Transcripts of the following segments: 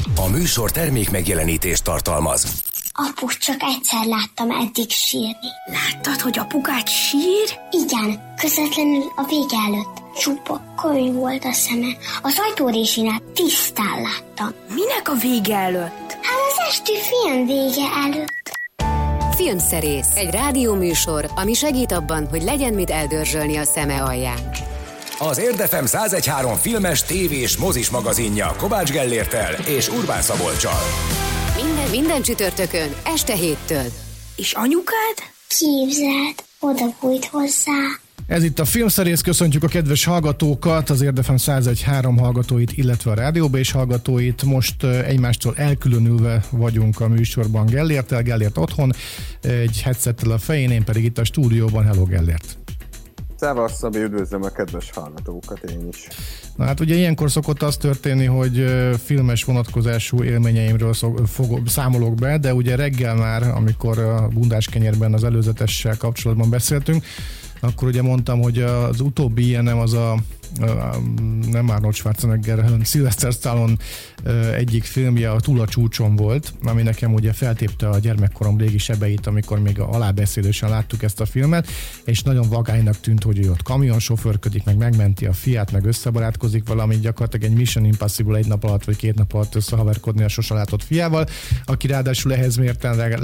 A műsor termék megjelenítést tartalmaz. Apu, csak egyszer láttam eddig sírni. Láttad, hogy apukát sír? Igen, közvetlenül a vége előtt. Csupa könyv volt a szeme. Az ajtórésinál tisztán láttam. Minek a vége előtt? Hát az esti film vége előtt. Filmszerész. Egy rádióműsor, ami segít abban, hogy legyen mit eldörzsölni a szeme alján. Az Érdefem 101.3 filmes, tévés, mozis magazinja Kovács Gellérttel és Urbán Szabolccsal. Minden csütörtökön, este 7-től. És anyukád? Képzeld, oda bújt hozzá. Ez itt a Filmszerész, köszöntjük a kedves hallgatókat, az Érdefem 101.3 hallgatóit, illetve a rádióba is hallgatóit. Most egymástól elkülönülve vagyunk a műsorban Gellérttel, Gellért otthon, egy headsettel a fején, én pedig itt a stúdióban. Hello, Gellért! Szevasz, Szabi, üdvözlöm a kedves hallgatókat, én is. Na hát ugye ilyenkor szokott az történni, hogy filmes vonatkozású élményeimről számolok be, de ugye reggel már, amikor a Bundás kenyérben az előzetessel kapcsolatban beszéltünk, akkor ugye mondtam, hogy az utóbbi ilyenem az nem Arnold Schwarzenegger, hanem Sylvester Stallone egyik filmje, a Túl a csúcson volt, ami nekem ugye feltépte a gyermekkorom régi sebeit, amikor még alábeszélősen láttuk ezt a filmet, és nagyon vagánynak tűnt, hogy ő ott kamionsofőrködik, meg megmenti a fiát, meg összebarátkozik valami, gyakorlatilag egy Mission Impossible 1 nap alatt vagy 2 nap alatt összehaverkodni a sose látott fiával, aki ráadásul ehhez mérten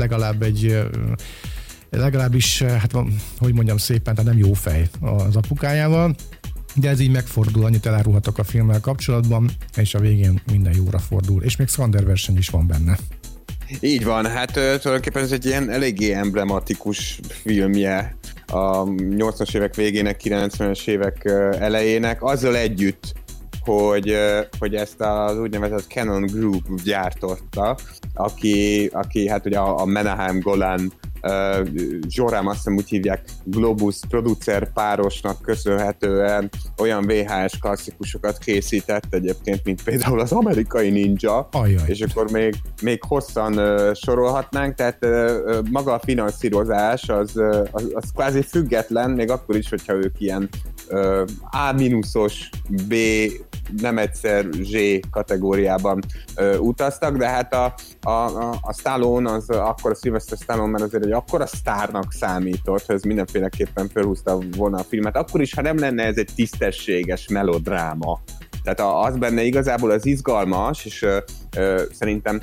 legalábbis, hát hogy mondjam szépen, tehát nem jó fej az apukájával, de ez így megfordul, annyit elárulhatok a filmmel kapcsolatban, és a végén minden jóra fordul, és még Skander verseny is van benne. Így van, hát tulajdonképpen ez egy ilyen eléggé emblematikus filmje a 80-as évek végének, 90-es évek elejének, azzal együtt, hogy ezt az úgynevezett Canon Group gyártotta, aki hát ugye a Menahem Golan Zsorám, azt hiszem úgy hívják, Globus producer párosnak köszönhetően olyan VHS klasszikusokat készített egyébként, mint például az Amerikai Ninja, és akkor még hosszan sorolhatnánk, tehát maga a finanszírozás az kvázi független, még akkor is, hogyha ők ilyen A-os, B, nem egyszer Z kategóriában utaztak, de hát a Stallone, akkor a Sylvester Stallone már azért egy akkora sztárnak számított, hogy ez mindenféleképpen felhúzta volna a filmet, akkor is, ha nem lenne ez egy tisztességes melodráma. Tehát az benne igazából az izgalmas, és szerintem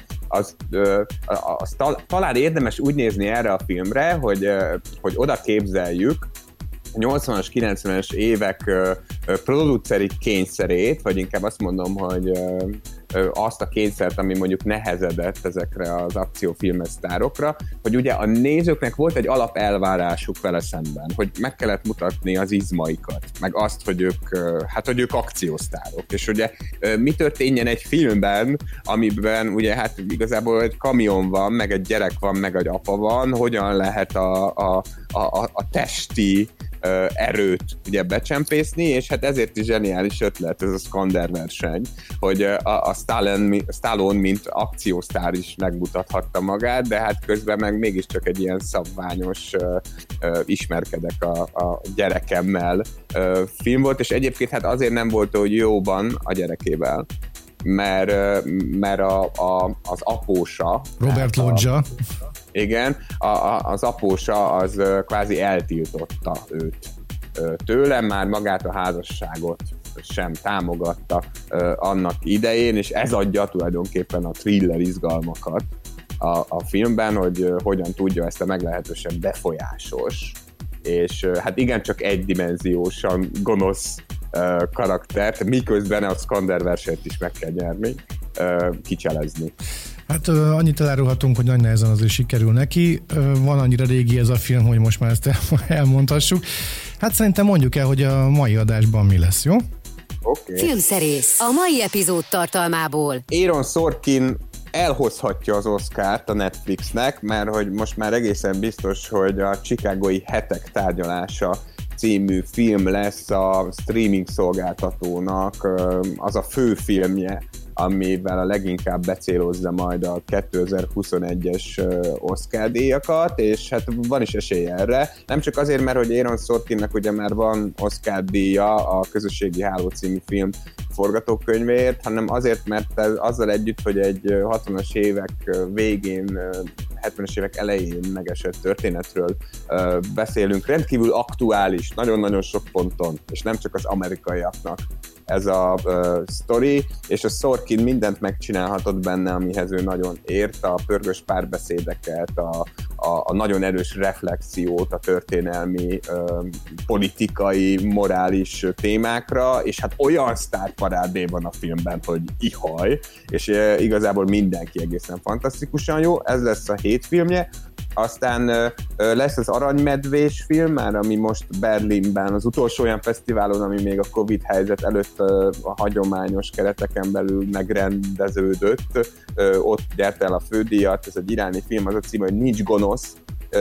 talán érdemes úgy nézni erre a filmre, hogy oda képzeljük a 80-as, 90-es évek produceri kényszerét, vagy inkább azt mondom, hogy azt a kényszert, ami mondjuk nehezedett ezekre az akciófilmes sztárokra, hogy ugye a nézőknek volt egy alapelvárásuk vele szemben, hogy meg kellett mutatni az izmaikat, meg azt, hogy ők akciósztárok. És ugye mi történjen egy filmben, amiben ugye hát igazából egy kamion van, meg egy gyerek van, meg egy apa van, hogyan lehet a testi erőt ugye becsempészni, és hát ezért is zseniális ötlet ez a Skander verseny, hogy a Stallone mint akciósztár is megmutathatta magát, de hát közben meg mégiscsak egy ilyen szabványos ismerkedek a gyerekemmel film volt, és egyébként hát azért nem volt hogy jóban a gyerekével, mert az apósa, Robert Loggia, igen, az apósa az kvázi eltiltotta őt tőlem, már magát a házasságot sem támogatta annak idején, és ez adja tulajdonképpen a thriller izgalmakat a filmben, hogy hogyan tudja ezt a meglehetősen befolyásos, és hát igencsak egydimenziósan gonosz karaktert, miközben a Skander versenyt is meg kell nyerni, kicselezni. Hát annyit elárulhatunk, hogy nagy nehezen azért sikerül neki. Van annyira régi ez a film, hogy most már ezt elmondhassuk. Hát szerintem mondjuk el, hogy a mai adásban mi lesz, jó? Okay. Filmszerész. A mai epizód tartalmából Aaron Sorkin elhozhatja az Oscart a Netflixnek, mert hogy most már egészen biztos, hogy a Chicagói hetek tárgyalása című film lesz a streaming szolgáltatónak az a fő filmje, amivel a leginkább becélozza majd a 2021-es Oscar-díjakat, és hát van is esély erre. Nem csak azért, mert hogy Aaron Sorkinnak ugye már van Oscar-díja a Közösségi Háló című film forgatókönyvéért, hanem azért, mert azzal együtt, hogy egy 60-as évek végén, 70-es évek elején megesett történetről beszélünk, rendkívül aktuális, nagyon-nagyon sok ponton, és nem csak az amerikaiaknak ez a sztori, és a Sorkin mindent megcsinálhatott benne, amihez ő nagyon ért, a pörgős párbeszédeket, a nagyon erős reflexiót a történelmi, politikai, morális témákra, és hát olyan sztárparádé van a filmben, hogy ihaj, és igazából mindenki egészen fantasztikusan jó. Ez lesz a 7 filmje. Aztán lesz az Aranymedvés film, már ami most Berlinben, az utolsó olyan fesztiválon, ami még a Covid helyzet előtt a hagyományos kereteken belül megrendeződött. Ott nyerte el a fődíjat, ez egy iráni film, az a cím, hogy Nincs gonosz.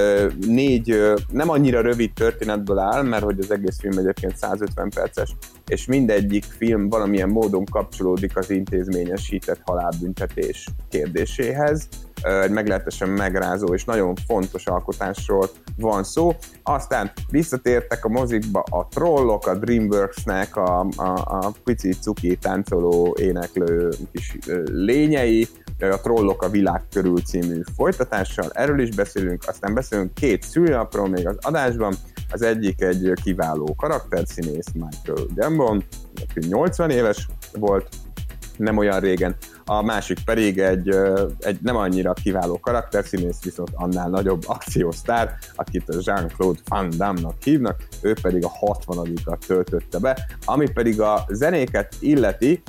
4 nem annyira rövid történetből áll, mert hogy az egész film egyébként 150 perces, és mindegyik film valamilyen módon kapcsolódik az intézményesített halálbüntetés kérdéséhez. Egy meglehetősen megrázó és nagyon fontos alkotásról van szó. Aztán visszatértek a mozikba a Trollok, a DreamWorks-nek a pici cuki táncoló éneklő kis lényei, a Trollok a világ körül című folytatással, erről is beszélünk, aztán beszélünk 2 szülnapról még az adásban, az egyik egy kiváló karakterszínész, Michael Gambon, aki 80 éves volt, nem olyan régen, a másik pedig egy nem annyira kiváló karakterszínész, viszont annál nagyobb akciósztár, akit Jean-Claude Van Damme-nak hívnak, ő pedig a 60-at töltötte be, ami pedig a zenéket illeti,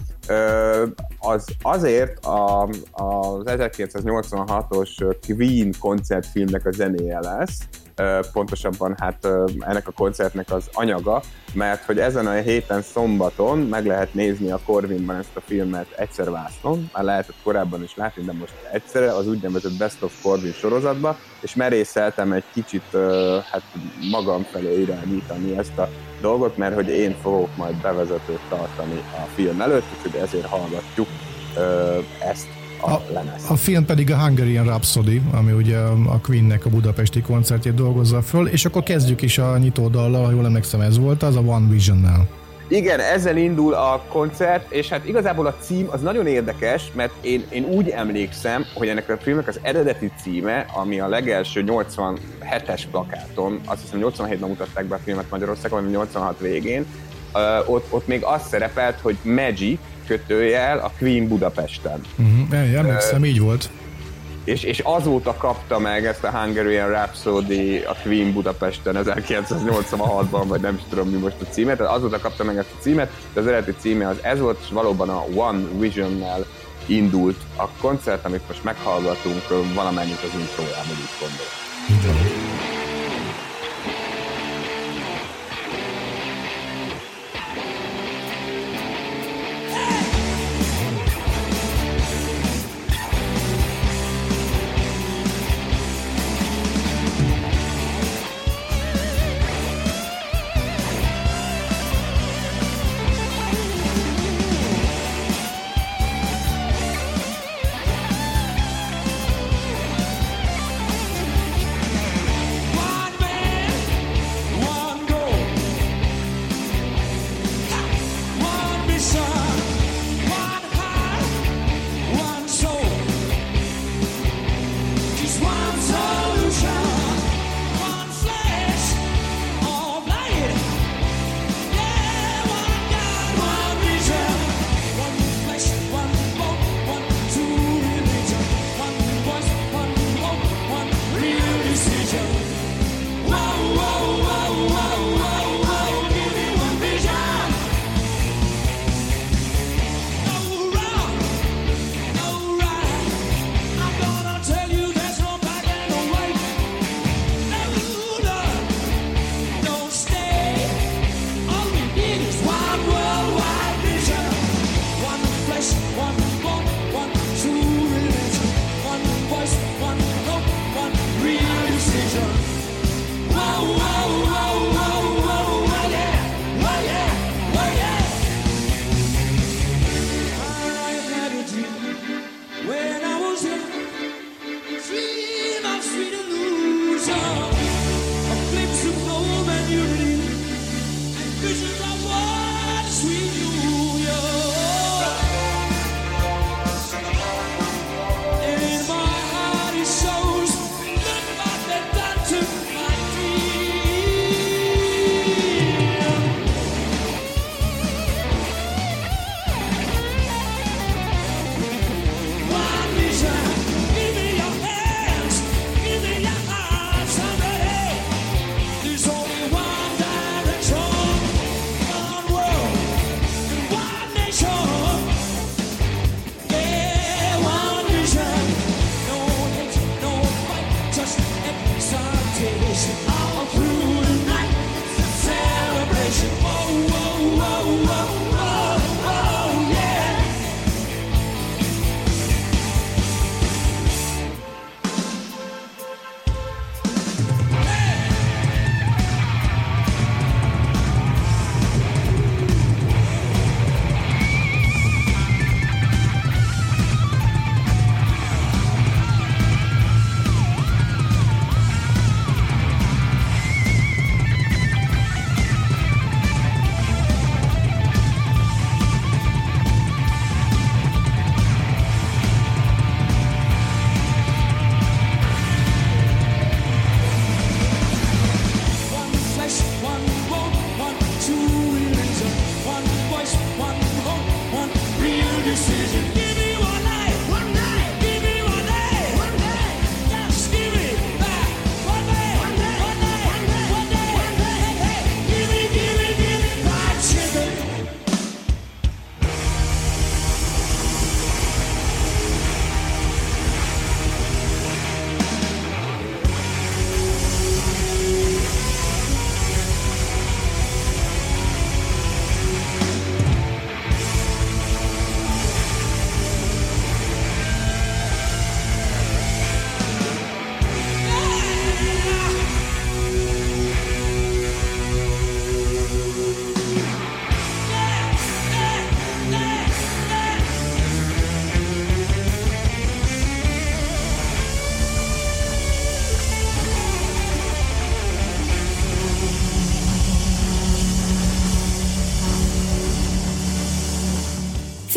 az azért az 1986-os Queen koncertfilmnek a zenéje lesz, pontosabban hát ennek a koncertnek az anyaga, mert hogy ezen a héten szombaton meg lehet nézni a Corvinban ezt a filmet egyszer vásznon, már lehetett korábban is látni, de most egyszerre az úgynevezett Best of Corvin sorozatba, és merészeltem egy kicsit hát magam felé irányítani ezt a dolgot, mert hogy én fogok majd bevezetőt tartani a film előtt, úgyhogy ezért hallgatjuk ezt a lemez. A film pedig a Hungarian Rhapsody, ami ugye a Queennek a budapesti koncertjét dolgozza föl, és akkor kezdjük is a nyitódallal, ha jól emlékszem ez volt, az a One Vision-nel. Igen, ezzel indul a koncert, és hát igazából a cím az nagyon érdekes, mert én úgy emlékszem, hogy ennek a filmnek az eredeti címe, ami a legelső 87-es plakáton, azt hiszem 87-ben mutatták be a filmet Magyarországon, vagy 86 végén, ott még az szerepelt, hogy Magic kötőjel a Queen Budapesten. Emlékszem, így volt. És azóta kapta meg ezt a Hungarian Rhapsody a Queen Budapesten 1986-ban, vagy nem is tudom mi most a címet, tehát azóta kapta meg ezt a címet, de az eredeti címe az ez volt, és valóban a One Vision-nel indult a koncert, amit most meghallgatunk valamennyit az intrójából, így gondolom.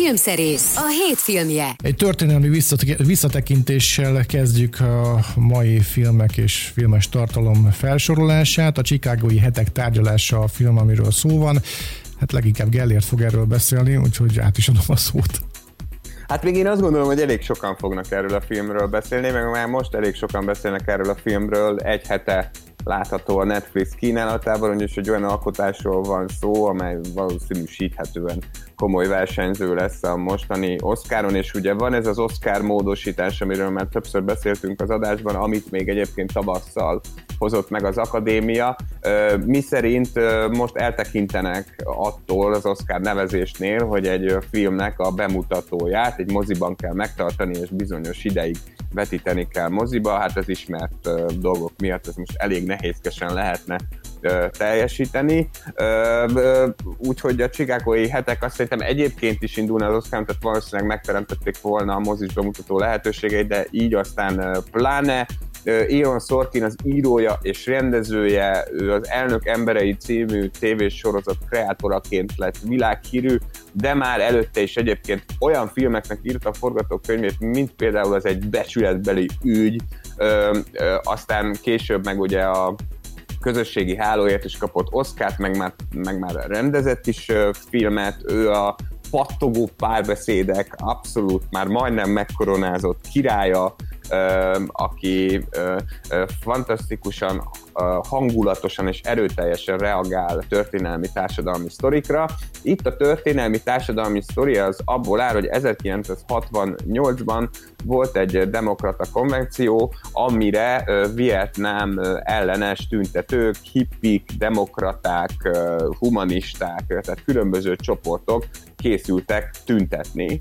Filmszerész, a hét filmje. Egy történelmi visszatekintéssel kezdjük a mai filmek és filmes tartalom felsorolását. A Chicagói hetek tárgyalása a film, amiről szó van. Hát leginkább Gellért fog erről beszélni, úgyhogy át is adom a szót. Hát még én azt gondolom, hogy elég sokan fognak erről a filmről beszélni, meg már most elég sokan beszélnek erről a filmről. Egy hete látható a Netflix kínálatában, úgyis egy olyan alkotásról van szó, amely valószínűsíthetően komoly versenyző lesz a mostani Oscaron, és ugye van ez az Oscar módosítás, amiről már többször beszéltünk az adásban, amit még egyébként tavasszal hozott meg az Akadémia. Miszerint most eltekintenek attól az Oscar nevezésnél, hogy egy filmnek a bemutatóját egy moziban kell megtartani, és bizonyos ideig vetíteni kell moziba. Hát az ismert dolgok miatt ez most elég nehézkesen lehetne teljesíteni. Úgyhogy a Chicagói hetek azt szerintem egyébként is indulna az Oscaron, tehát valószínűleg megteremtették volna a mozis bemutató lehetőségeit, de így aztán pláne. Aaron Sorkin az írója és rendezője, ő az Elnök emberei című tévésorozat kreátoraként lett világhírű, de már előtte is egyébként olyan filmeknek írta a forgatókönyvét, mint például az Egy becsületbeli ügy, aztán később meg ugye a Közösségi hálóért is kapott Oscart, meg már rendezett is filmet, ő a Pattogó párbeszédek abszolút már majdnem megkoronázott királya, aki fantasztikusan, hangulatosan és erőteljesen reagál történelmi társadalmi sztorikra. Itt a történelmi társadalmi sztori az abból áll, hogy 1968-ban volt egy demokrata konvenció, amire Vietnám ellenes tüntetők, hippik, demokraták, humanisták, tehát különböző csoportok készültek tüntetni.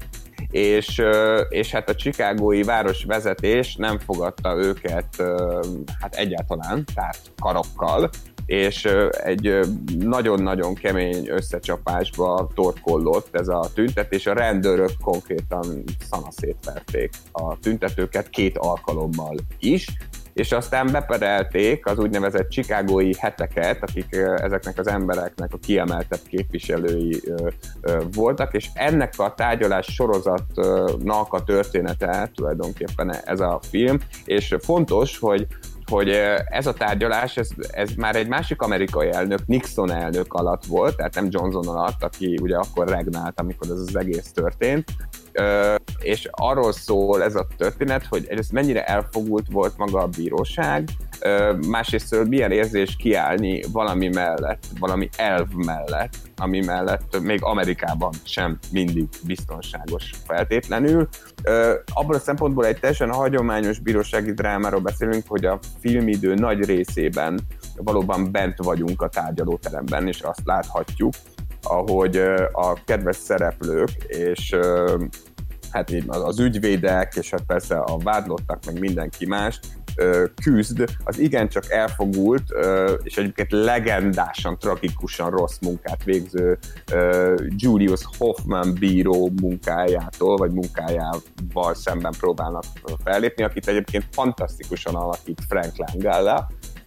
És hát a chicagói városvezetés nem fogadta őket hát egyáltalán, tehát karokkal, és egy nagyon-nagyon kemény összecsapásba torkollott ez a tüntetés. A rendőrök konkrétan szanaszétverték a tüntetőket 2 alkalommal is, és aztán beperelték az úgynevezett chicagói heteket, akik ezeknek az embereknek a kiemeltebb képviselői voltak, és ennek a tárgyalás sorozatnak a története tulajdonképpen ez a film, és fontos, hogy ez a tárgyalás, ez már egy másik amerikai elnök, Nixon elnök alatt volt, tehát nem Johnson alatt, aki ugye akkor regnált, amikor ez az egész történt, és arról szól ez a történet, hogy ez mennyire elfogult volt maga a bíróság, másrészt milyen érzés kiállni valami mellett, valami elv mellett, ami mellett még Amerikában sem mindig biztonságos feltétlenül. Abból a szempontból egy teljesen hagyományos bírósági drámáról beszélünk, hogy a filmidő nagy részében valóban bent vagyunk a tárgyalóteremben, és azt láthatjuk, ahogy a kedves szereplők és hát így az ügyvédek, és hát persze a vádlottak, meg mindenki más küzd az igencsak elfogult, és egyébként legendásan, tragikusan rossz munkát végző Julius Hoffman bíró munkájától, vagy munkájával szemben próbálnak fellépni, akit egyébként fantasztikusan alakít Frank Langella,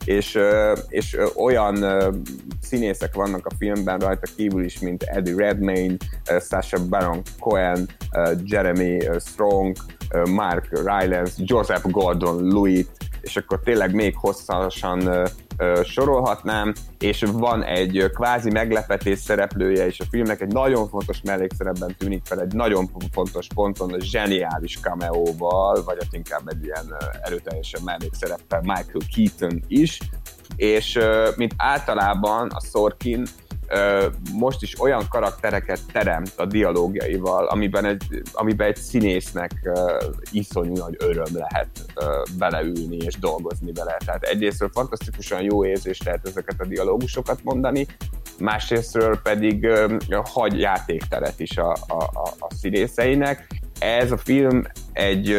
és olyan színészek vannak a filmben rajta kívül is, mint Eddie Redmayne, Sacha Baron Cohen, Jeremy Strong, Mark Rylance, Joseph Gordon-Levitt, és akkor tényleg még hosszasan sorolhatnám, és van egy kvázi meglepetés szereplője, és a filmnek egy nagyon fontos mellékszerepben tűnik fel, egy nagyon fontos ponton a zseniális cameóval, vagy hát inkább egy ilyen erőteljesen mellékszereppel Michael Keaton is, és mint általában a Sorkin most is olyan karaktereket teremt a dialógiaival, amiben egy színésznek iszonyú nagy öröm lehet beleülni és dolgozni vele. Tehát egyrésztről fantasztikusan jó érzés lehet ezeket a dialógusokat mondani, másrésztről pedig hagy játékteret is a színészeinek. Ez a film egy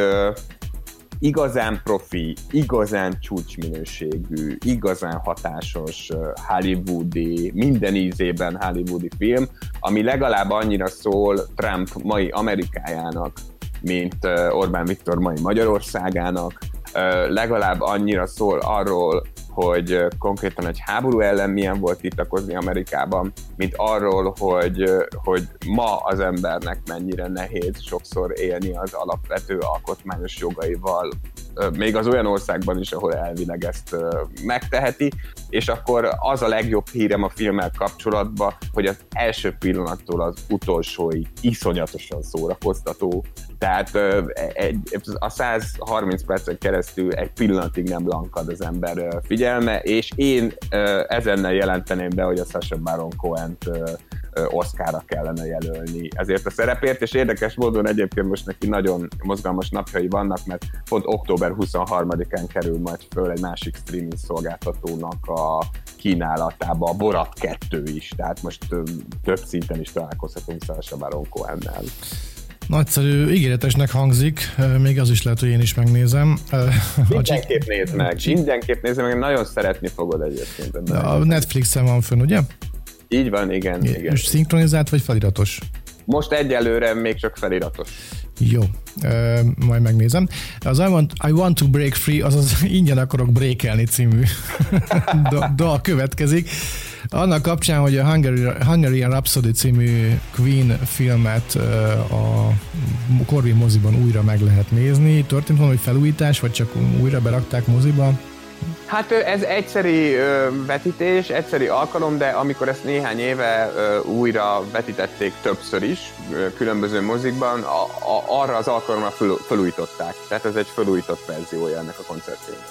igazán profi, igazán csúcsminőségű, igazán hatásos hollywoodi, minden ízében hollywoodi film, ami legalább annyira szól Trump mai Amerikájának, mint Orbán Viktor mai Magyarországának, legalább annyira szól arról, hogy konkrétan egy háború ellen milyen volt tiltakozni Amerikában, mint arról, hogy ma az embernek mennyire nehéz sokszor élni az alapvető alkotmányos jogaival, még az olyan országban is, ahol elvileg ezt megteheti, és akkor az a legjobb hírem a filmmel kapcsolatban, hogy az első pillanattól az utolsóig iszonyatosan szórakoztató, tehát a 130 percen keresztül egy pillanatig nem lankad az ember figyelme, és én ezennel jelenteném be, hogy a Sacha Baron Cohent Oscarra kellene jelölni ezért a szerepért, és érdekes módon egyébként most neki nagyon mozgalmas napjai vannak, mert pont október 23-án kerül majd föl egy másik streaming szolgáltatónak a kínálatába a Borat 2 is, tehát most több szinten is találkozhatunk Sacha Baron Cohennel. Nagyszerű, ígéretesnek hangzik, még az is lehet, hogy én is megnézem. Mindenképp nézd meg, nagyon szeretni fogod egyébként. A Netflixen van fönn, ugye? Így van, igen. És szinkronizált vagy feliratos? Most egyelőre még csak feliratos. Jó, majd megnézem. Az I want to break free, azaz ingyen akarok breakelni című dal következik. Annak kapcsán, hogy a Hungarian Rhapsody című Queen filmet a Corvin moziban újra meg lehet nézni. Történt volna, hogy felújítás, vagy csak újra berakták moziba? Hát ez egyszeri vetítés, egyszeri alkalom, de amikor ezt néhány éve újra vetítették többször is, különböző mozikban, arra az alkalomra felújították. Tehát ez egy felújított verziója ennek a koncertjének.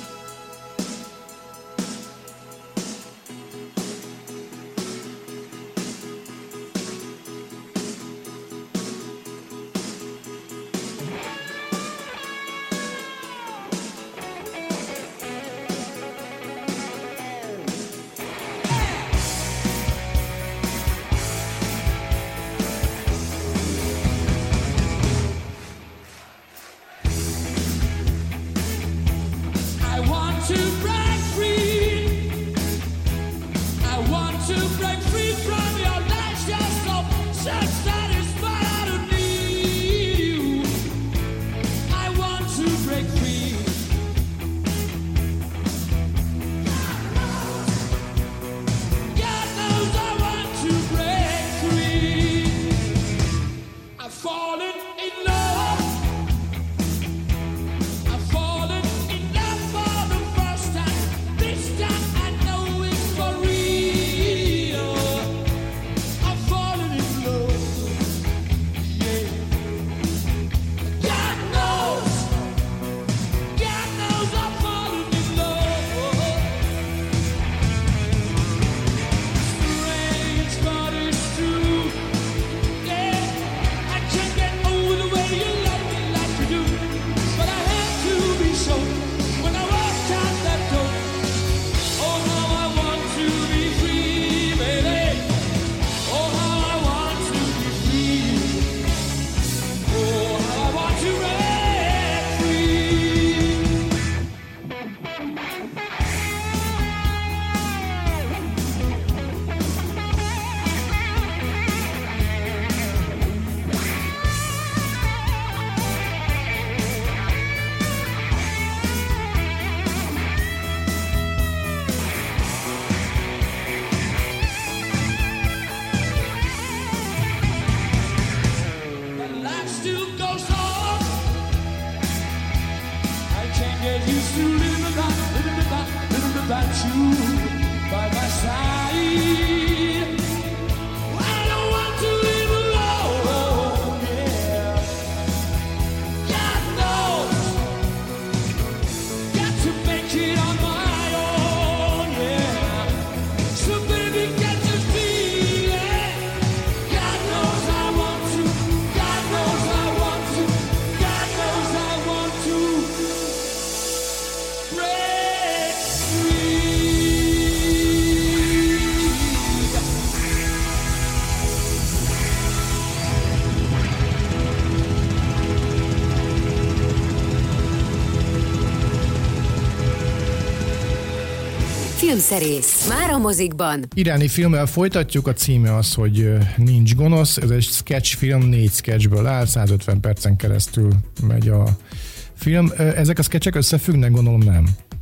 Filmszerész. Már a mozikban. Iráni filmmel folytatjuk, a címe az, hogy Nincs gonosz. Ez egy sketchfilm, 4 sketchből áll, 150 percen keresztül megy a film. Ezek a sketchek összefüggnek, gondolom nem?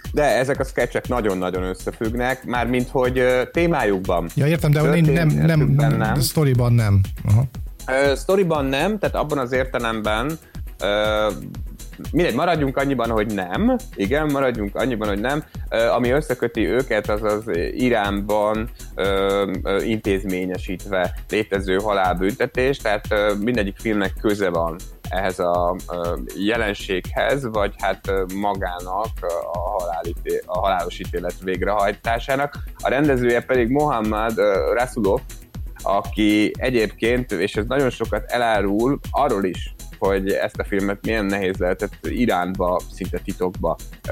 de ezek a sketchek nagyon-nagyon összefüggnek, mármint hogy témájukban. Ja, értem, de nem. Sztoriban nem. Sztoriban nem, tehát abban az értelemben mindegy, maradjunk annyiban, hogy nem. Igen, maradjunk annyiban, hogy nem. Ami összeköti őket, az az Iránban intézményesítve létező halálbüntetés, tehát mindegyik filmnek köze van ehhez a jelenséghez, vagy hát magának a halálos ítélet végrehajtásának. A rendezője pedig Mohammad Rasulov, aki egyébként, és ez nagyon sokat elárul arról is, hogy ezt a filmet milyen nehéz lehetett Iránba, szinte titokba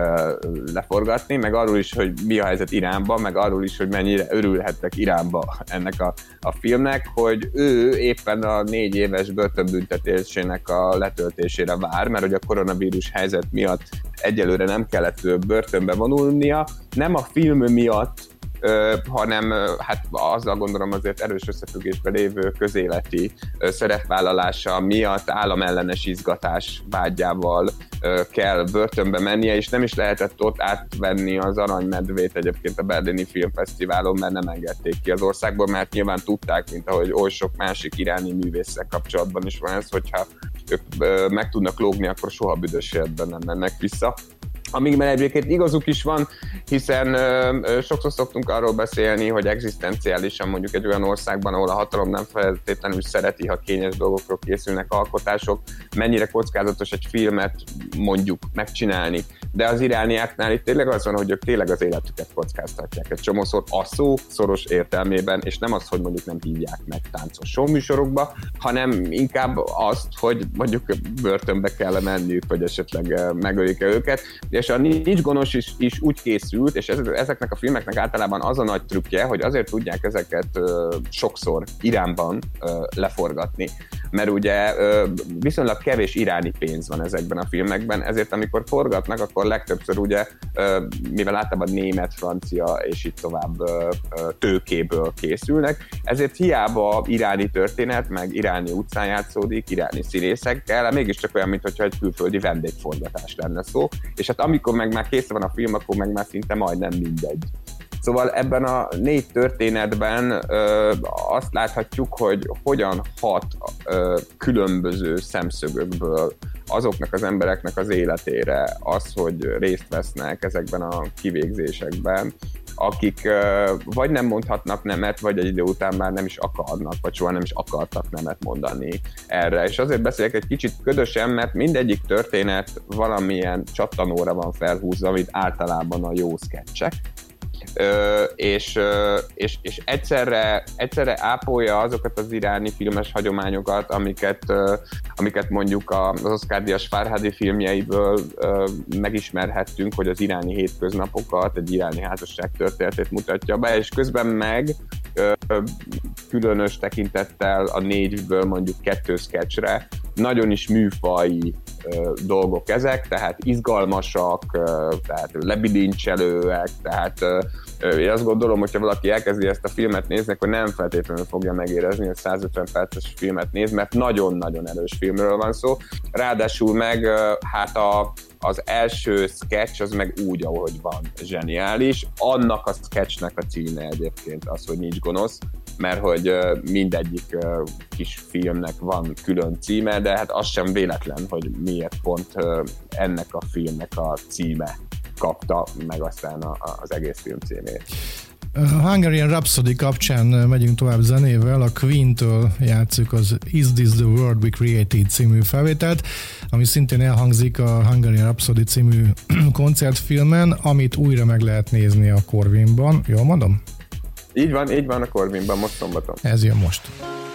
leforgatni, meg arról is, hogy mi a helyzet Iránban, meg arról is, hogy mennyire örülhettek Iránba ennek a filmnek, hogy ő éppen a 4 éves börtönbüntetésének a letöltésére vár, mert hogy a koronavírus helyzet miatt egyelőre nem kellett börtönbe vonulnia, nem a film miatt, hanem hát azzal gondolom azért erős összefüggésben lévő közéleti szerepvállalása miatt államellenes izgatás vágyával kell börtönbe mennie, és nem is lehetett ott átvenni az aranymedvét egyébként a Berlini Filmfesztiválon, mert nem engedték ki az országból, mert nyilván tudták, mint ahogy oly sok másik iráni művésszel kapcsolatban is van ez, hogyha ők meg tudnak lógni, akkor soha büdös életben nem mennek vissza. Amikben egyébként igazuk is van, hiszen sokszor szoktunk arról beszélni, hogy egzisztenciálisan mondjuk egy olyan országban, ahol a hatalom nem feltétlenül szereti, ha kényes dolgokról készülnek alkotások, mennyire kockázatos egy filmet mondjuk megcsinálni. De az irániáknál itt tényleg az van, hogy ők tényleg az életüket kockáztatják. Egy csomószor a szó szoros értelmében, és nem az, hogy mondjuk nem hívják meg táncos showműsorokba, hanem inkább azt, hogy mondjuk börtönbe kell menniük, vagy esetleg megölik őket. És a Nincs gonosz is úgy készült, és ezeknek a filmeknek általában az a nagy trükkje, hogy azért tudják ezeket sokszor Iránban leforgatni, mert ugye viszonylag kevés iráni pénz van ezekben a filmekben, ezért amikor forgatnak, akkor legtöbbször ugye, mivel általában német, francia és így tovább tőkéből készülnek, ezért hiába iráni történet, meg iráni utcán játszódik, iráni színészekkel, mégiscsak olyan, mintha egy külföldi vendégforgatás lenne szó, és hát amikor meg már kész van a film, akkor meg már szinte majdnem mindegy. Szóval ebben a 4 történetben azt láthatjuk, hogy hogyan hat különböző szemszögökből azoknak az embereknek az életére az, hogy részt vesznek ezekben a kivégzésekben, akik vagy nem mondhatnak nemet, vagy egy idő után már nem is akarnak, vagy soha nem is akartak nemet mondani erre. És azért beszélek egy kicsit ködösen, mert mindegyik történet valamilyen csattanóra van felhúzva, amit általában a jó szketcsek. És egyszerre ápolja azokat az iráni filmes hagyományokat, amiket mondjuk az Oscar-díjas Farhadi filmjeiből megismerhettünk, hogy az iráni hétköznapokat, egy iráni házasság történetét mutatja be, és közben meg különös tekintettel a 4-ből mondjuk 2 sketchre nagyon is műfaji dolgok ezek, tehát izgalmasak, tehát lebilincselőek, tehát én azt gondolom, hogyha valaki elkezdi ezt a filmet nézni, akkor nem feltétlenül fogja megérezni, hogy 150 perces filmet néz, mert nagyon-nagyon erős filmről van szó. Ráadásul meg hát az első sketch az meg úgy, ahogy van, zseniális. Annak a sketchnek a címe egyébként az, hogy Nincs gonosz, mert hogy mindegyik kis filmnek van külön címe, de hát az sem véletlen, hogy miért pont ennek a filmnek a címe kapta meg aztán az egész film címét. A Hungarian Rhapsody kapcsán megyünk tovább zenével, a Queen-től játsszuk az Is This the World We Created című felvételt, ami szintén elhangzik a Hungarian Rhapsody című koncertfilmen, amit újra meg lehet nézni a Corvinban. Jól mondom? Így van a Corvinban, most szombaton. Ez jön most.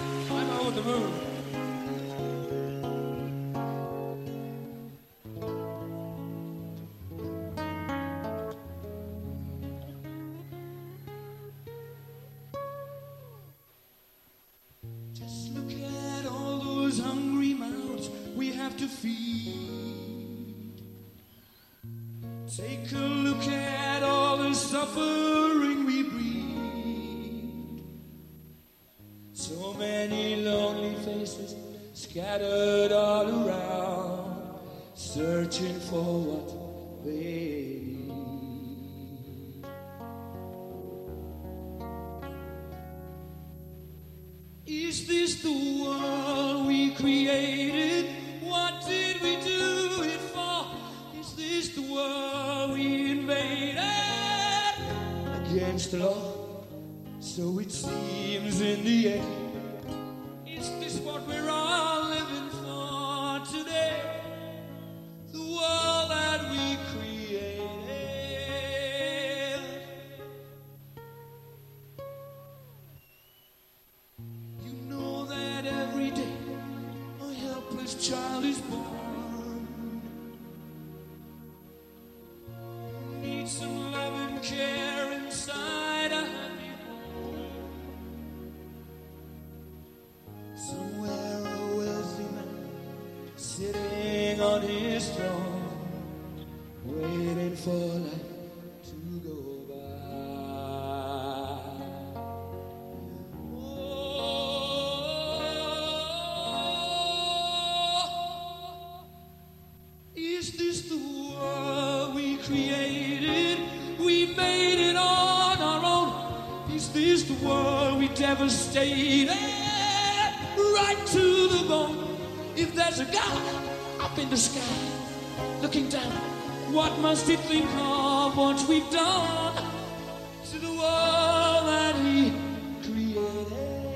Take a look at all the suffering we breed. So many lonely faces scattered all around, searching for what they need. Is this the world we created? What did we do it for? Is this the world we invaded? Against the law, so it seems in the end. Is this what we're all living for today? The world that we created. You know that every day a helpless child is born. Needs some love and care inside a happy home. Somewhere a wealthy man sitting on his throne, waiting for life to go by. Oh, is this the world we created? We made it on our own. Is this the world we devastated? Right to the bone. If there's a God up in the sky looking down, what must he think of what we've done to the world that he created?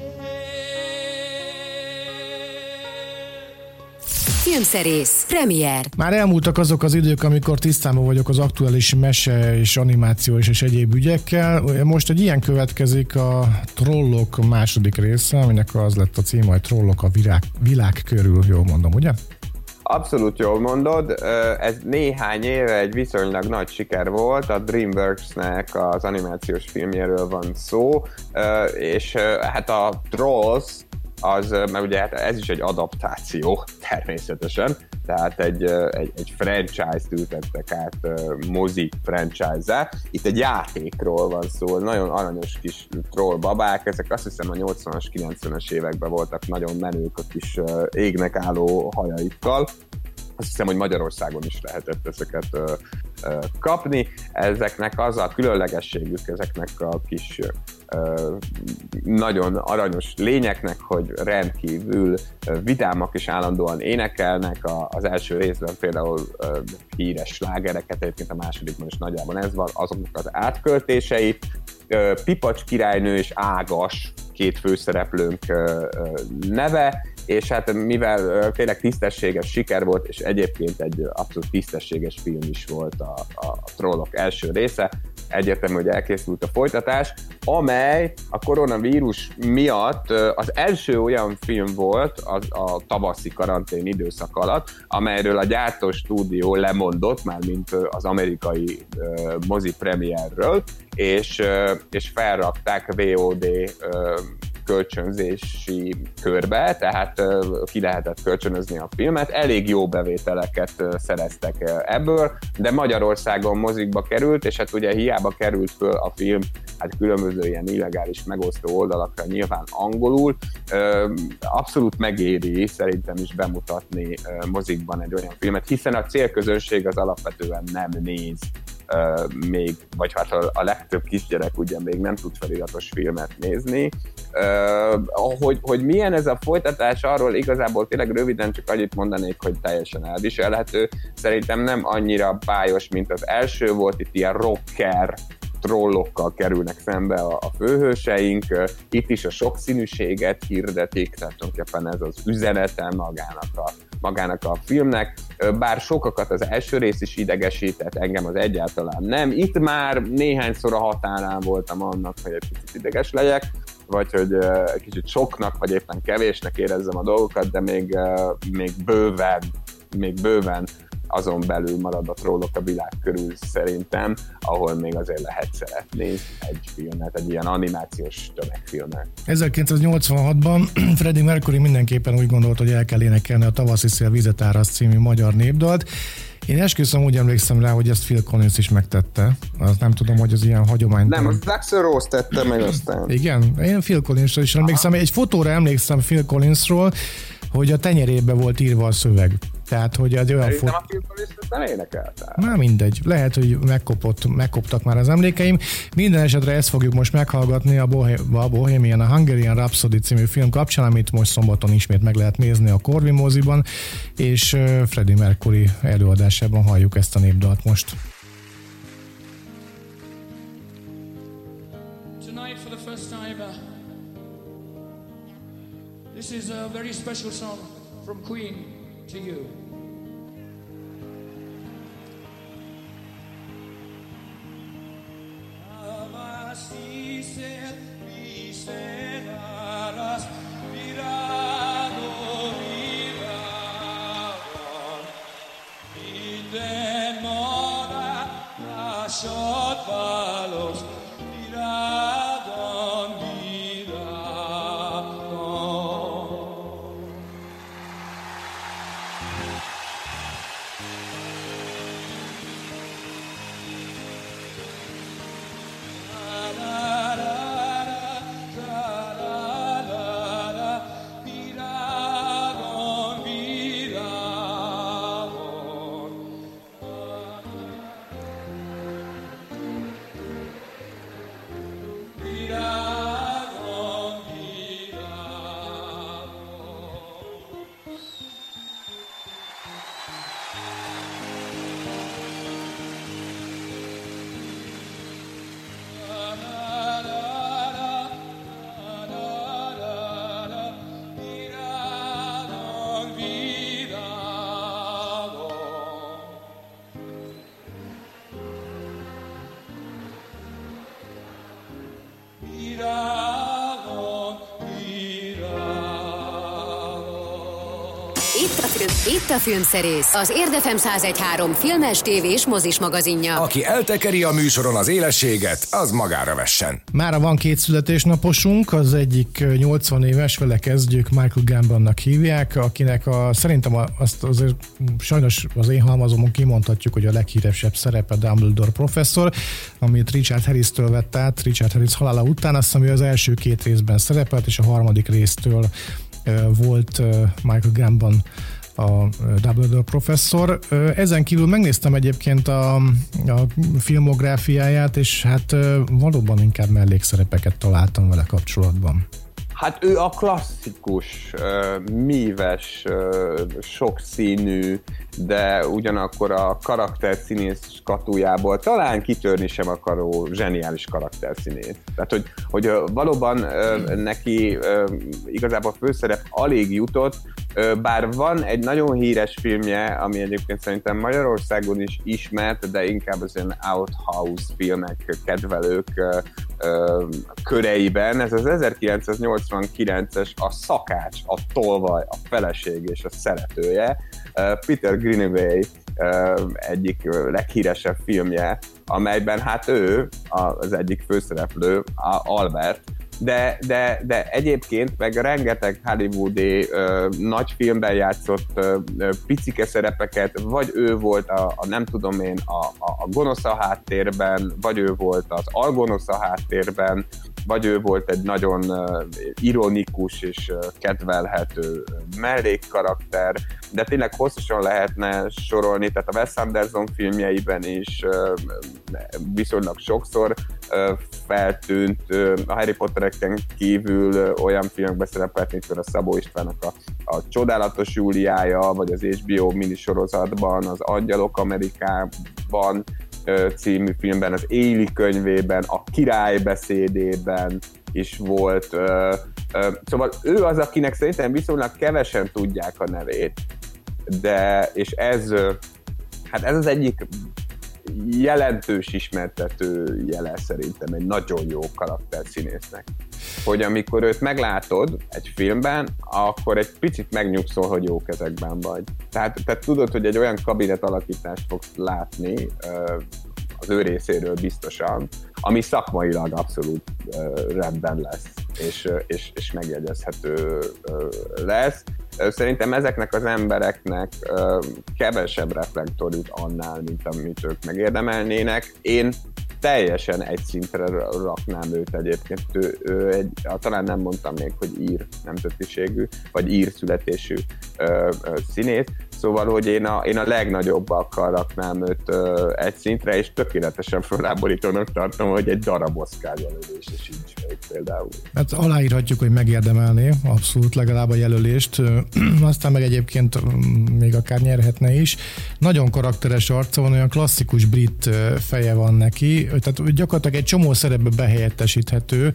Filmszerész, premier. Már elmúltak azok az idők, amikor tisztában vagyok az aktuális mese és animációs és egyéb ügyekkel. Most egy ilyen következik a Trollok második része, aminek az lett a címe, hogy Trollok a világ körül, jól mondom, ugye? Abszolút jól mondod, ez néhány éve egy viszonylag nagy siker volt, a DreamWorks-nek az animációs filmjéről van szó, és hát a Trolls, mert ugye hát ez is egy adaptáció természetesen, tehát egy franchise-t ültettek át mozi franchise-zá. Itt egy játékról van szó, nagyon aranyos kis troll babák, ezek azt hiszem a 80-as, 90-es években voltak nagyon menők a kis égnek álló hajaikkal. Azt hiszem, hogy Magyarországon is lehetett ezeket kapni. Ezeknek az a különlegességük, ezeknek a kis nagyon aranyos lényeknek, hogy rendkívül vidámak és állandóan énekelnek. Az első részben például híres slágereket, egyébként a másodikban is nagyjából ez van, azoknak az átköltéseit. Pipacs királynő és Ágas két főszereplőnk neve, és hát mivel tényleg tisztességes siker volt, és egyébként egy abszolút tisztességes film is volt a Trollok első része, egyértelmű, hogy elkészült a folytatás, amely a koronavírus miatt az első olyan film volt a tavaszi karantén időszak alatt, amelyről a gyártó stúdió lemondott, mármint az amerikai mozi premierről, és felrakták VOD kölcsönzési körbe, tehát ki lehetett kölcsönözni a filmet. Elég jó bevételeket szereztek ebből, de Magyarországon mozikba került, és hát ugye hiába került föl a film, hát különböző ilyen illegális megosztó oldalakra, nyilván angolul. Abszolút megéri szerintem is bemutatni mozikban egy olyan filmet, hiszen a célközönség az alapvetően nem néz még, vagy hát a legtöbb kisgyerek ugye még nem tud feliratos filmet nézni. Hogy milyen ez a folytatás, arról igazából tényleg röviden csak annyit mondanék, hogy teljesen elviselhető. Szerintem nem annyira bájos, mint az első volt, itt ilyen rocker trollokkal kerülnek szembe a főhőseink. Itt is a sokszínűséget hirdetik, tehát tulajdonképpen ez az üzenete magának a filmnek. Bár sokakat az első rész is idegesített, engem az egyáltalán nem. Itt már néhányszor a határán voltam annak, hogy egy kicsit ideges legyek, vagy hogy egy kicsit soknak, vagy éppen kevésnek érezzem a dolgokat, de még bőven azon belül marad a Trollok a világ körül szerintem, ahol még azért lehet szeretni egy filmet, egy ilyen animációs tömegfilmet. 1986-ban Freddie Mercury mindenképpen úgy gondolt, hogy el kell énekelni a Tavaszi szél vizet áraszt című magyar népdalt. Én esküszöm, úgy emlékszem rá, hogy ezt Phil Collins is megtette. Azt nem tudom, hogy az ilyen hagyomány. Nem, az Axl Rose tette meg aztán. Igen, én Phil Collinsról is emlékszem. Egy fotóra emlékszem Phil Collinsról, hogy a tenyerébe volt írva a szöveg. Tehát, hogy egy olyan... Szerintem a filmről is nem énekeltem. Már mindegy. Lehet, hogy megkoptak már az emlékeim. Minden esetre ezt fogjuk most meghallgatni a Bohemian, a Hungarian Rhapsody című film kapcsán, amit most szombaton ismét meg lehet nézni a Corvin moziban, és Freddie Mercury előadásában halljuk ezt a népdalt most. Tonight for the first time, this is a very special song from Queen to you. Itt a Filmszerész, az Érd FM 101.3 filmes, tévés, mozis magazinja. Aki eltekeri a műsoron az élességet, az magára vessen. Mára van 2 születésnaposunk, az egyik 80 éves, vele kezdjük, Michael Gambonnak hívják, akinek szerintem azt azért sajnos az én halmazomon kimondhatjuk, hogy a leghíresebb szerepe Dumbledore professzor, amit Richard Harris-től vett át, Richard Harris halála után, azt hiszem, hogy az első 2 részben szerepelt, és a 3. résztől volt Michael Gambon a Dumbledore professzor. Ezen kívül megnéztem egyébként a filmográfiáját, és hát valóban inkább mellékszerepeket találtam vele kapcsolatban. Hát ő a klasszikus, míves, sokszínű, de ugyanakkor a karakterszínész skatujából talán kitörni sem akaró zseniális karakterszínész. Tehát, hogy valóban neki igazából a főszerep alig jutott, bár van egy nagyon híres filmje, ami egyébként szerintem Magyarországon is ismert, de inkább az ilyen outhouse filmek kedvelők köreiben. Ez az 1989-es A szakács, a tolvaj, a feleség és a szeretője, Peter Greenaway egyik leghíresebb filmje, amelyben hát ő az egyik főszereplő, Albert, de egyébként meg rengeteg hollywoodi nagy filmben játszott picike szerepeket, vagy ő volt a nem tudom én a gonosz a háttérben, vagy ő volt az algonosz a háttérben, vagy ő volt egy nagyon ironikus és kedvelhető mellékkarakter, de tényleg hosszasan lehetne sorolni, tehát a Wes Anderson filmjeiben is viszonylag sokszor feltűnt, a Harry Pottereken kívül olyan filmekben szerepelt, mint a Szabó Istvánnak a Csodálatos Júliája, vagy az HBO minisorozatban, az Angyalok Amerikában című filmben, az Éli könyvében, a Király beszédében is volt. Szóval ő az, akinek szerintem viszonylag kevesen tudják a nevét, és ez az egyik jelentős ismertető jele szerintem egy nagyon jó karakterszínésznek. Hogy amikor őt meglátod egy filmben, akkor egy picit megnyugszol, hogy jó kezekben vagy. Tehát tudod, hogy egy olyan kabinet alakítást fogsz látni az ő részéről biztosan, ami szakmailag abszolút rendben lesz, és megjegyezhető lesz. Szerintem ezeknek az embereknek kevesebb reflektor jut annál, mint amit ők megérdemelnének. Én teljesen egy szintre raknám őt egyébként. Talán nem mondtam még, hogy ír nemzetiségű, vagy ír születésű színész, szóval, hogy én a legnagyobbakkel raknám őt egy szintre, és tökéletesen föláborítónak tartom, hogy egy darab Oscar jelölése sincs még például. Hát aláírhatjuk, hogy megérdemelné abszolút legalább a jelölést, aztán meg egyébként még akár nyerhetne is. Nagyon karakteres arca van, olyan klasszikus brit feje van neki, tehát gyakorlatilag egy csomó szerepbe behelyettesíthető.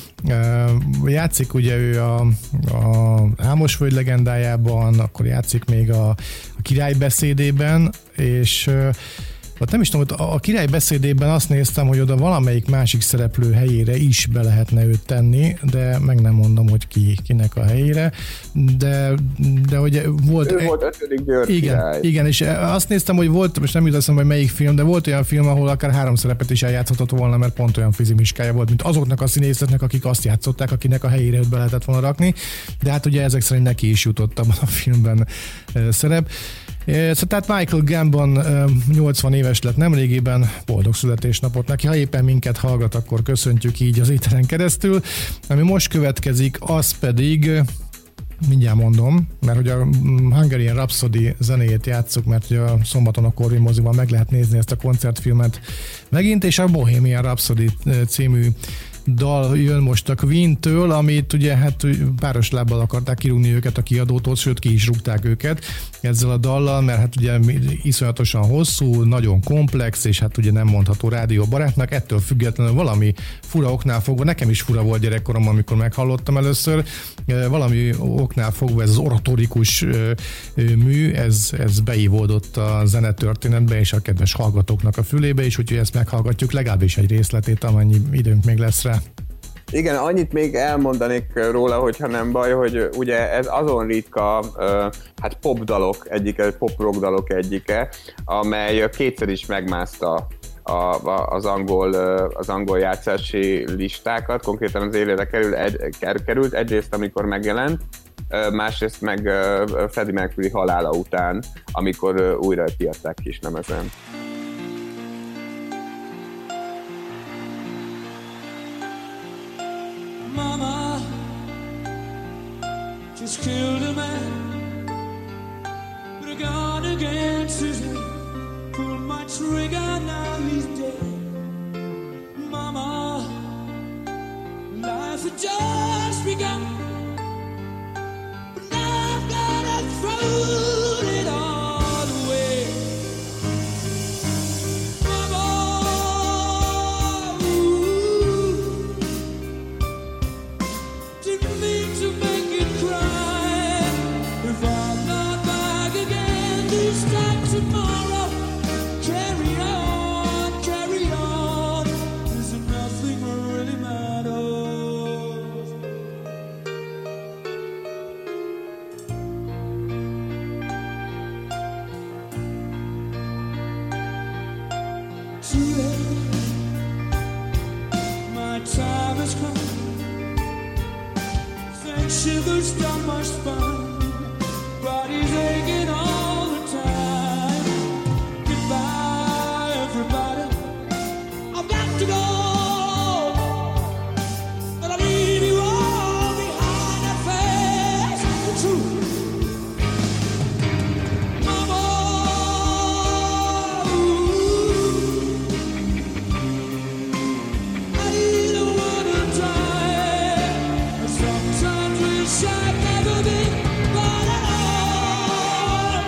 Játszik ugye ő a Álmosvölgy legendájában, akkor játszik még a Király beszédében, és ott nem is tudom, hogy a Király beszédében azt néztem, hogy oda valamelyik másik szereplő helyére is be lehetne őt tenni, de meg nem mondom, hogy kinek a helyére, de hogy volt... Ő volt 5. György király. Igen, és azt néztem, hogy volt, most nem jut eszembe, hogy melyik film, de volt olyan film, ahol akár 3 szerepet is eljátszhatott volna, mert pont olyan fizimiskája volt, mint azoknak a színészeknek, akik azt játszották, akinek a helyére őt be lehetett volna rakni, de hát ugye ezek szerint neki is jutott abban a filmben szerep. Tehát Michael Gambon 80 éves lett nemrégiben, boldog születésnapot neki. Ha éppen minket hallgat, akkor köszöntjük így az éteren keresztül. Ami most következik, az pedig, mindjárt mondom, mert hogy a Hungarian Rhapsody zenéjét játsszuk, mert ugye a szombaton a Corvin moziban meg lehet nézni ezt a koncertfilmet megint, és a Bohemian Rhapsody című dal jön most a Queen-től, amit ugye hát páros lábbal akarták kirúgni őket a kiadótól, sőt ki is rúgták őket ezzel a dallal, mert hát ugye iszonyatosan hosszú, nagyon komplex, és hát ugye nem mondható rádióbarátnak, ettől függetlenül valami fura oknál fogva, nekem is fura volt gyerekkoromban, amikor meghallottam először, valami oknál fogva ez az oratorikus mű, ez beívódott a zenetörténetbe és a kedves hallgatóknak a fülébe is, úgyhogy ezt meghallgatjuk legalábbis egy részletét, amennyi időnk még lesz rá. Igen, annyit még elmondanék róla, hogyha nem baj, hogy ugye ez azon ritka hát popdalok egyike, pop-rock dalok egyike, amely kétszer is megmászta az angol játszási listákat, konkrétan az élére került, egyrészt amikor megjelent, másrészt meg Freddie Mercury halála után, amikor újra kiadták kislemezen. Mama just killed a man, but I got against his will, pulled my trigger, now he's dead. Mama, life had just begun, but now I've gotta throw it all away. Mama, didn't mean to make it cry. If I'm not back again this time tomorrow, carry on, there's nothing really matters. Too late, my time has come. Shivers down my spine, body's aching all the time. Goodbye, everybody, I've got to go, but I'll leave you all behind and face the truth. Mama, I don't wanna die. Sometimes wish I'd never been born at all.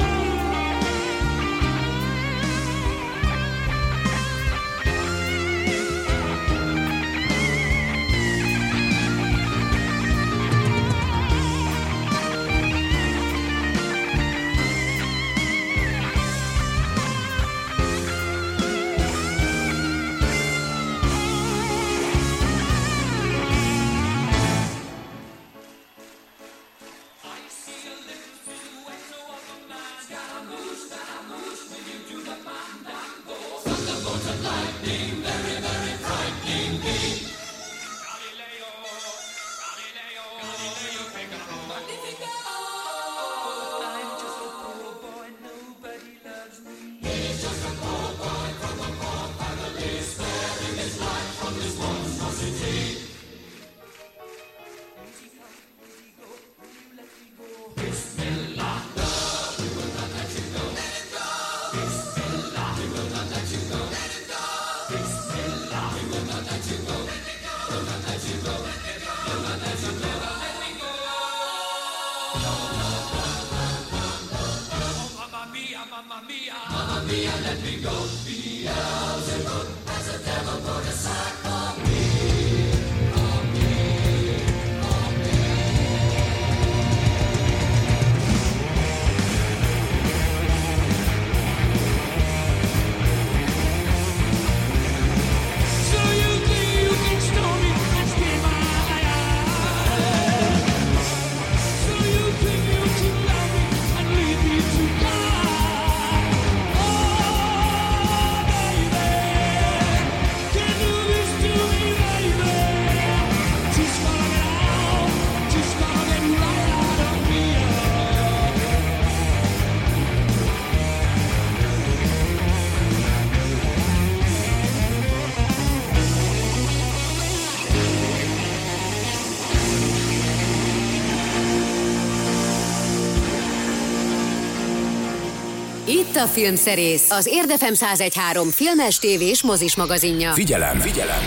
Itt a Filmszerész, az Érdefem 101.3 filmes, tévés, mozis magazinja. Figyelem!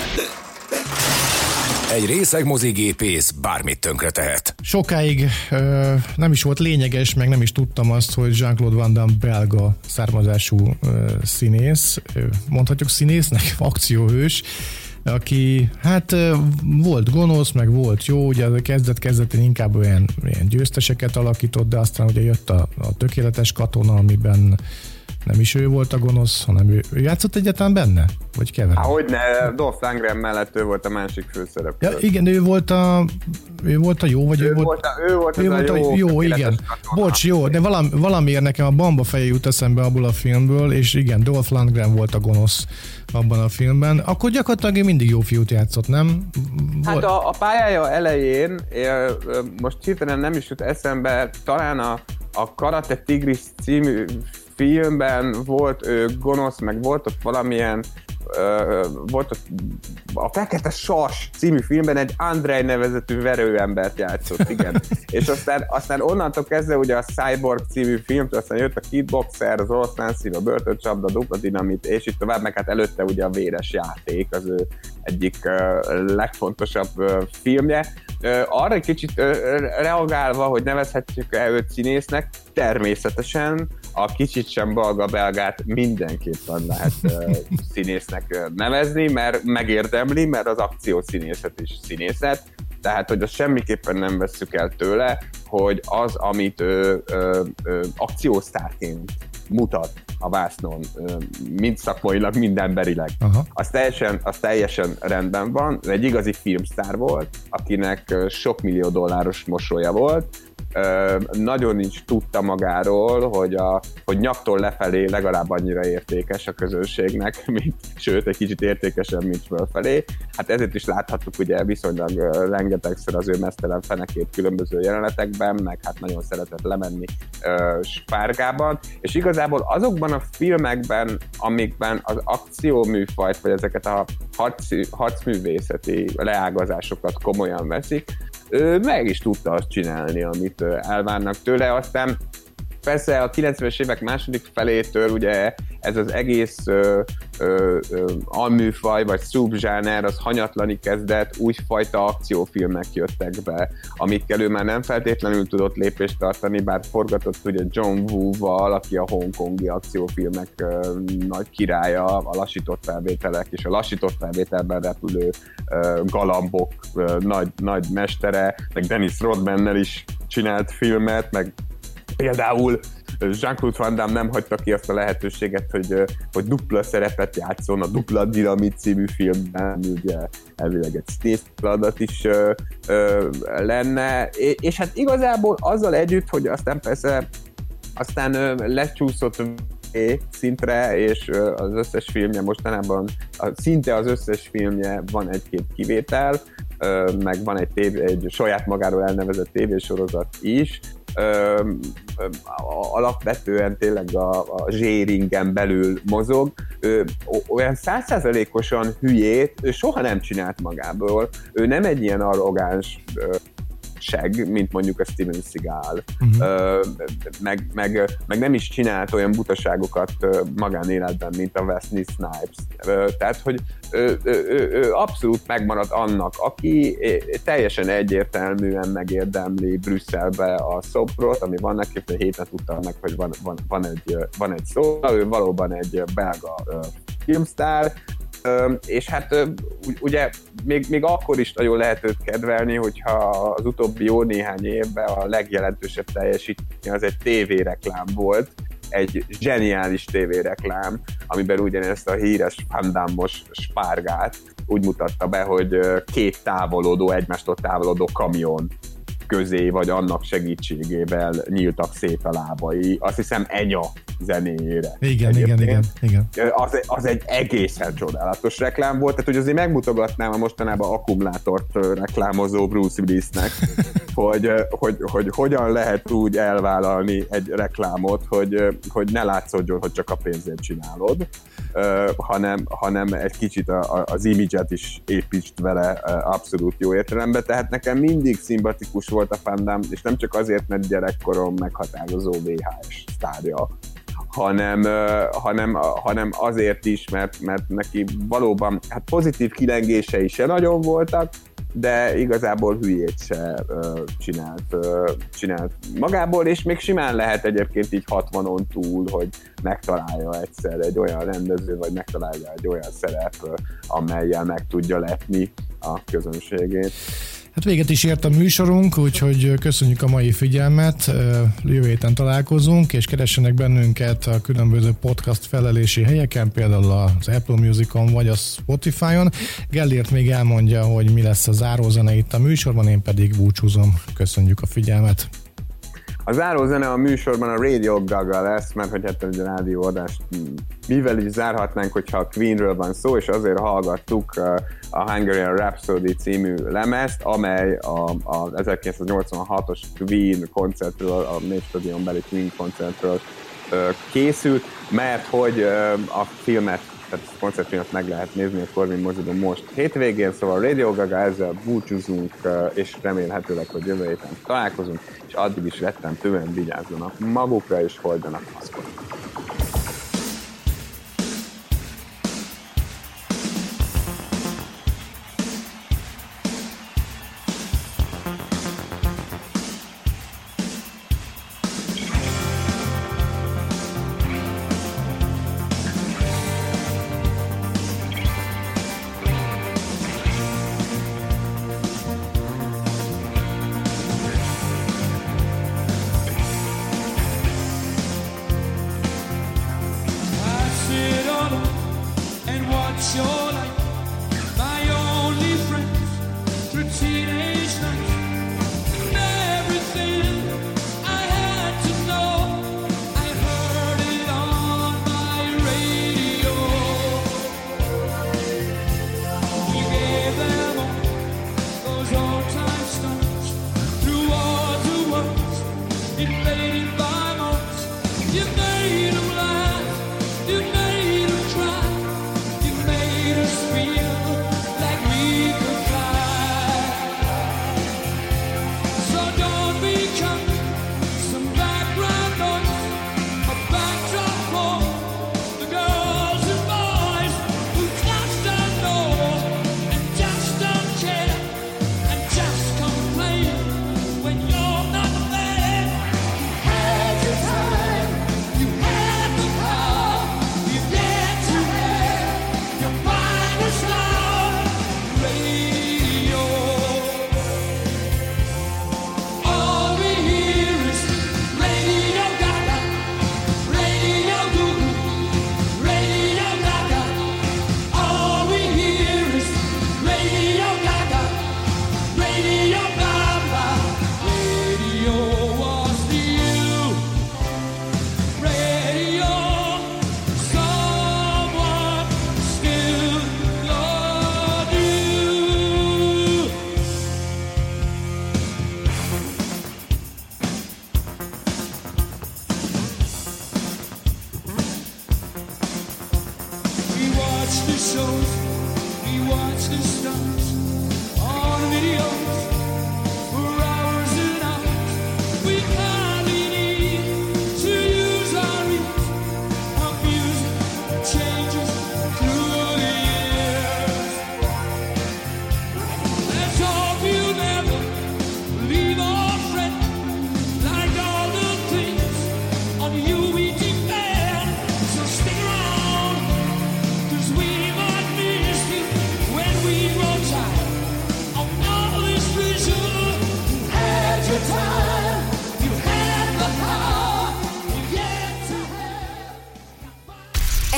Egy részeg mozigépész bármit tönkretehet. Sokáig nem is volt lényeges, meg nem is tudtam azt, hogy Jean-Claude Van Damme belga származású színész, mondhatjuk színésznek, akcióhős, aki hát volt gonosz, meg volt jó, ugye a kezdetén inkább olyan győzteseket alakított, de aztán ugye jött a tökéletes katona, amiben nem is ő volt a gonosz, hanem ő játszott egyáltalán benne? Vagy keverem? Hogyne, Dolph Lundgren mellett ő volt a másik főszereplő. Ja, igen, ő volt a jó, vagy ő volt a jó, igen. Katona. Bocs, jó, de valamiért nekem a Bamba feje jut eszembe abból a filmből, és igen, Dolph Lundgren volt a gonosz abban a filmben. Akkor gyakorlatilag mindig jó fiút játszott, nem? Hát a pályája elején, most hirtelen nem is jut eszembe, talán a Karate Tigris című filmben volt ő gonosz, meg volt ott valamilyen volt ott a Fekete Sas című filmben egy Andrei nevezetű verőembert játszott, igen. És aztán onnantól kezdve ugye a Cyborg című filmtől aztán jött a Kickboxer, az Oroszlán szív, a Börtöncsapda, a Dupla Dinamit, és itt tovább, meg hát előtte ugye a Véres játék, az ő egyik legfontosabb filmje. Arra egy kicsit reagálva, hogy nevezhetjük-e őt színésznek, természetesen a kicsit sem balga belgát mindenképpen lehet színésznek nevezni, mert megérdemli, mert az akciószínészet is színészet, tehát hogy azt semmiképpen nem vesszük el tőle, hogy az, amit akciósztárként mutat a vásznon, mind szakmailag, mind emberileg. Az teljesen rendben van. Egy igazi filmsztár volt, akinek sok millió dolláros mosolya volt, nagyon is tudta magáról, hogy nyaktól lefelé legalább annyira értékes a közönségnek, sőt, egy kicsit értékesebb, mint fölfelé. Hát ezért is láthattuk ugye viszonylag rengetegszer az ő meztelen fenekét különböző jelenetekben, meg hát nagyon szeretett lemenni spárgában, és igazából azokban a filmekben, amikben az akcióműfajt, vagy ezeket a harcművészeti leágazásokat komolyan veszik, ő meg is tudta azt csinálni, amit elvárnak tőle, aztán persze a 90-es évek második felétől ugye ez az egész alműfaj vagy subzsáner az hanyatlani kezdett, újfajta akciófilmek jöttek be, amikkel ő már nem feltétlenül tudott lépést tartani, bár forgatott ugye John Woo-val, aki a hongkongi akciófilmek nagy királya, a lassított felvételek és a lassított felvételben repülő galambok nagy mestere, meg Dennis Rodmannel is csinált filmet, meg például Jean-Claude Van Damme nem hagyta ki azt a lehetőséget, hogy dupla szerepet játszon a Dupla Dinamit című filmben, ugye elvileg egy színész feladat is lenne, és hát igazából azzal együtt, hogy aztán persze lecsúszott szintre, és az összes filmje mostanában, szinte az összes filmje, van egy-két kivétel, meg van egy saját magáról elnevezett tévésorozat is, alapvetően tényleg a zséringen belül mozog. Olyan 100%-osan hülyét ő soha nem csinált magából. Ő nem egy ilyen arrogáns seg, mint mondjuk a Steven Seagal. Meg nem is csinált olyan butaságokat magánéletben, mint a Wesley Snipes. Tehát, hogy ő abszolút megmaradt annak, aki teljesen egyértelműen megérdemli Brüsszelbe a szobrot, ami van neki, 7 nap tudtam meg, hogy van egy szó, ő valóban egy belga filmsztár, és hát ugye még akkor is nagyon lehet őt kedvelni, hogyha az utóbbi jó néhány évben a legjelentősebb teljesítmény az egy tévéreklám volt, egy zseniális tévéreklám, amiben ugyanezt a híres Van Damme-os spárgát úgy mutatta be, hogy 2 egymástól távolodó kamion közé, vagy annak segítségével nyíltak szét a lábai. Azt hiszem Enya zenéjére. Igen. Az egy egészen csodálatos reklám volt, tehát hogy azért megmutogatnám a mostanában akkumulátort reklámozó Bruce Willisnek, hogy hogyan lehet úgy elvállalni egy reklámot, hogy ne látszódjon, hogy csak a pénzért csinálod, hanem egy kicsit az image-et is építsd vele abszolút jó értelemben, tehát nekem mindig szimpatikus volt a Van Damme, és nem csak azért, mert gyerekkorom meghatározó VHS sztárja, hanem azért is, mert neki valóban hát pozitív kilengései se nagyon voltak, de igazából hülyét se csinált magából, és még simán lehet egyébként így 60-on túl, hogy megtalálja egyszer egy olyan rendező, vagy megtalálja egy olyan szerep, amellyel meg tudja lepni a közönségét. Hát véget is ért a műsorunk, úgyhogy köszönjük a mai figyelmet, jövő héten találkozunk, és keressenek bennünket a különböző podcast felelési helyeken, például az Apple Musicon vagy a Spotify-on. Gellért még elmondja, hogy mi lesz a zárózene itt a műsorban, én pedig búcsúzom. Köszönjük a figyelmet! A zárózene a műsorban a Radio Gaga lesz, mert hogy hát a rádióadást mivel is zárhatnánk, hogyha a Queenről van szó, és azért hallgattuk a Hungarian Rhapsody című lemezt, amely a 1986-os Queen koncertről, a Népstadionbeli Queen koncertről készült, mert hogy a filmet, tehát a koncertfilmet meg lehet nézni a Corvin moziban most hétvégén, szóval Radio Gaga, ezzel búcsúzunk, és remélhetőleg, hogy jövő héten találkozunk, és addig is rettentően vigyázzanak magukra, és hordjanak maszkot. We watch the stars on videos for hours.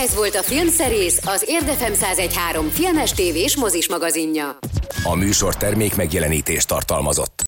Ez volt a Filmszerész, az Érd FM 101.3 filmes, tévés, mozis magazinja. A műsor termék megjelenítést tartalmazott.